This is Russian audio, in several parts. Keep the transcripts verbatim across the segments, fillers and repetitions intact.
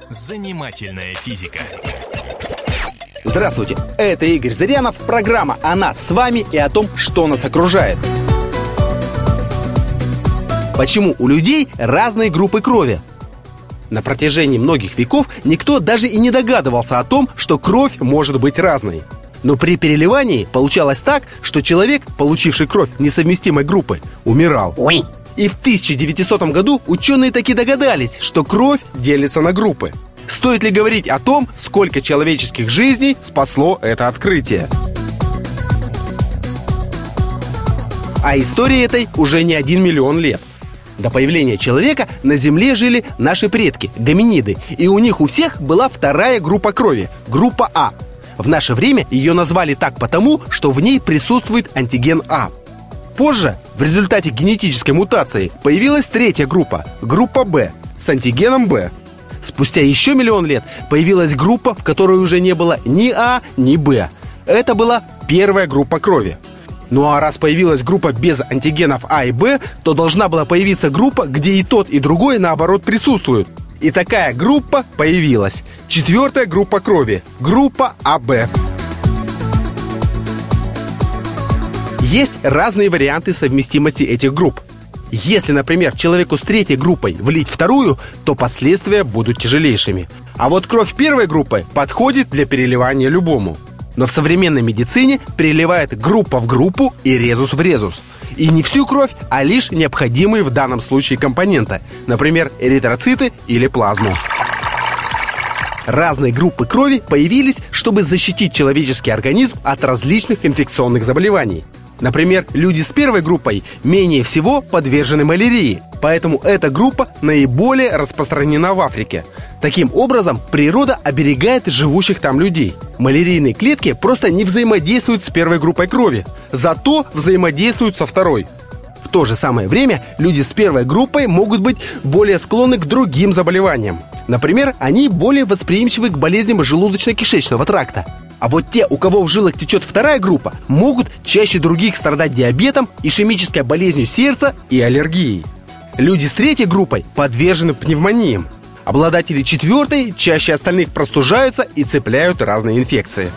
Занимательная физика. Здравствуйте, это Игорь Зырянов, программа о нас с вами и о том, что нас окружает. Почему у людей разные группы крови? На протяжении многих веков никто даже и не догадывался о том, что кровь может быть разной. Но при переливании получалось так, что человек, получивший кровь несовместимой группы, умирал. Ой. И в тысяча девятисотом году ученые таки догадались, что кровь делится на группы. Стоит ли говорить о том, сколько человеческих жизней спасло это открытие? А истории этой уже не один миллион лет. До появления человека на Земле жили наши предки, гоминиды, и у них у всех была вторая группа крови, группа А. В наше время ее назвали так потому, что в ней присутствует антиген А. Позже, в результате генетической мутации, появилась третья группа, группа Б, с антигеном Б. Спустя еще миллион лет появилась группа, в которой уже не было ни А, ни Б. Это была первая группа крови. Ну а раз появилась группа без антигенов А и Б, то должна была появиться группа, где и тот, и другой наоборот присутствуют. И такая группа появилась. Четвертая группа крови, группа АБ. Есть разные варианты совместимости этих групп. Если, например, человеку с третьей группой влить вторую, то последствия будут тяжелейшими. А вот кровь первой группы подходит для переливания любому. Но в современной медицине переливает группа в группу и резус в резус. И не всю кровь, а лишь необходимые в данном случае компоненты, например, эритроциты или плазму. Разные группы крови появились, чтобы защитить человеческий организм от различных инфекционных заболеваний. Например, люди с первой группой менее всего подвержены малярии, поэтому эта группа наиболее распространена в Африке. Таким образом, природа оберегает живущих там людей. Малярийные клетки просто не взаимодействуют с первой группой крови, зато взаимодействуют со второй. В то же самое время люди с первой группой могут быть более склонны к другим заболеваниям. Например, они более восприимчивы к болезням желудочно-кишечного тракта. А вот те, у кого в жилах течет вторая группа, могут чаще других страдать диабетом, ишемической болезнью сердца и аллергией. Люди с третьей группой подвержены пневмониям. Обладатели четвертой чаще остальных простужаются и цепляют разные инфекции.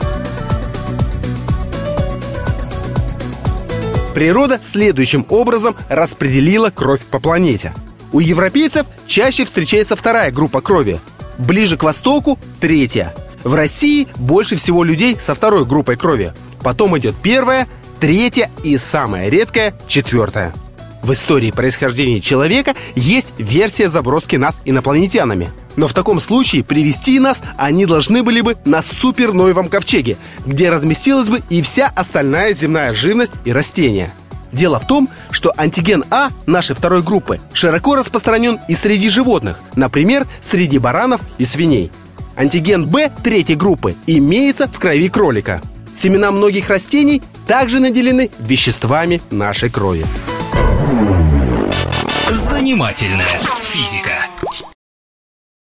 Природа следующим образом распределила кровь по планете. У европейцев чаще встречается вторая группа крови. Ближе к востоку – третья. В России больше всего людей со второй группой крови. Потом идет первая, третья и самая редкая – четвертая. В истории происхождения человека есть версия заброски нас инопланетянами. Но в таком случае привезти нас они должны были бы на суперноевом ковчеге, где разместилась бы и вся остальная земная живность и растения. Дело в том, что антиген А нашей второй группы широко распространен и среди животных, например, среди баранов и свиней. Антиген Б третьей группы имеется в крови кролика. Семена многих растений также наделены веществами нашей крови. Занимательная физика.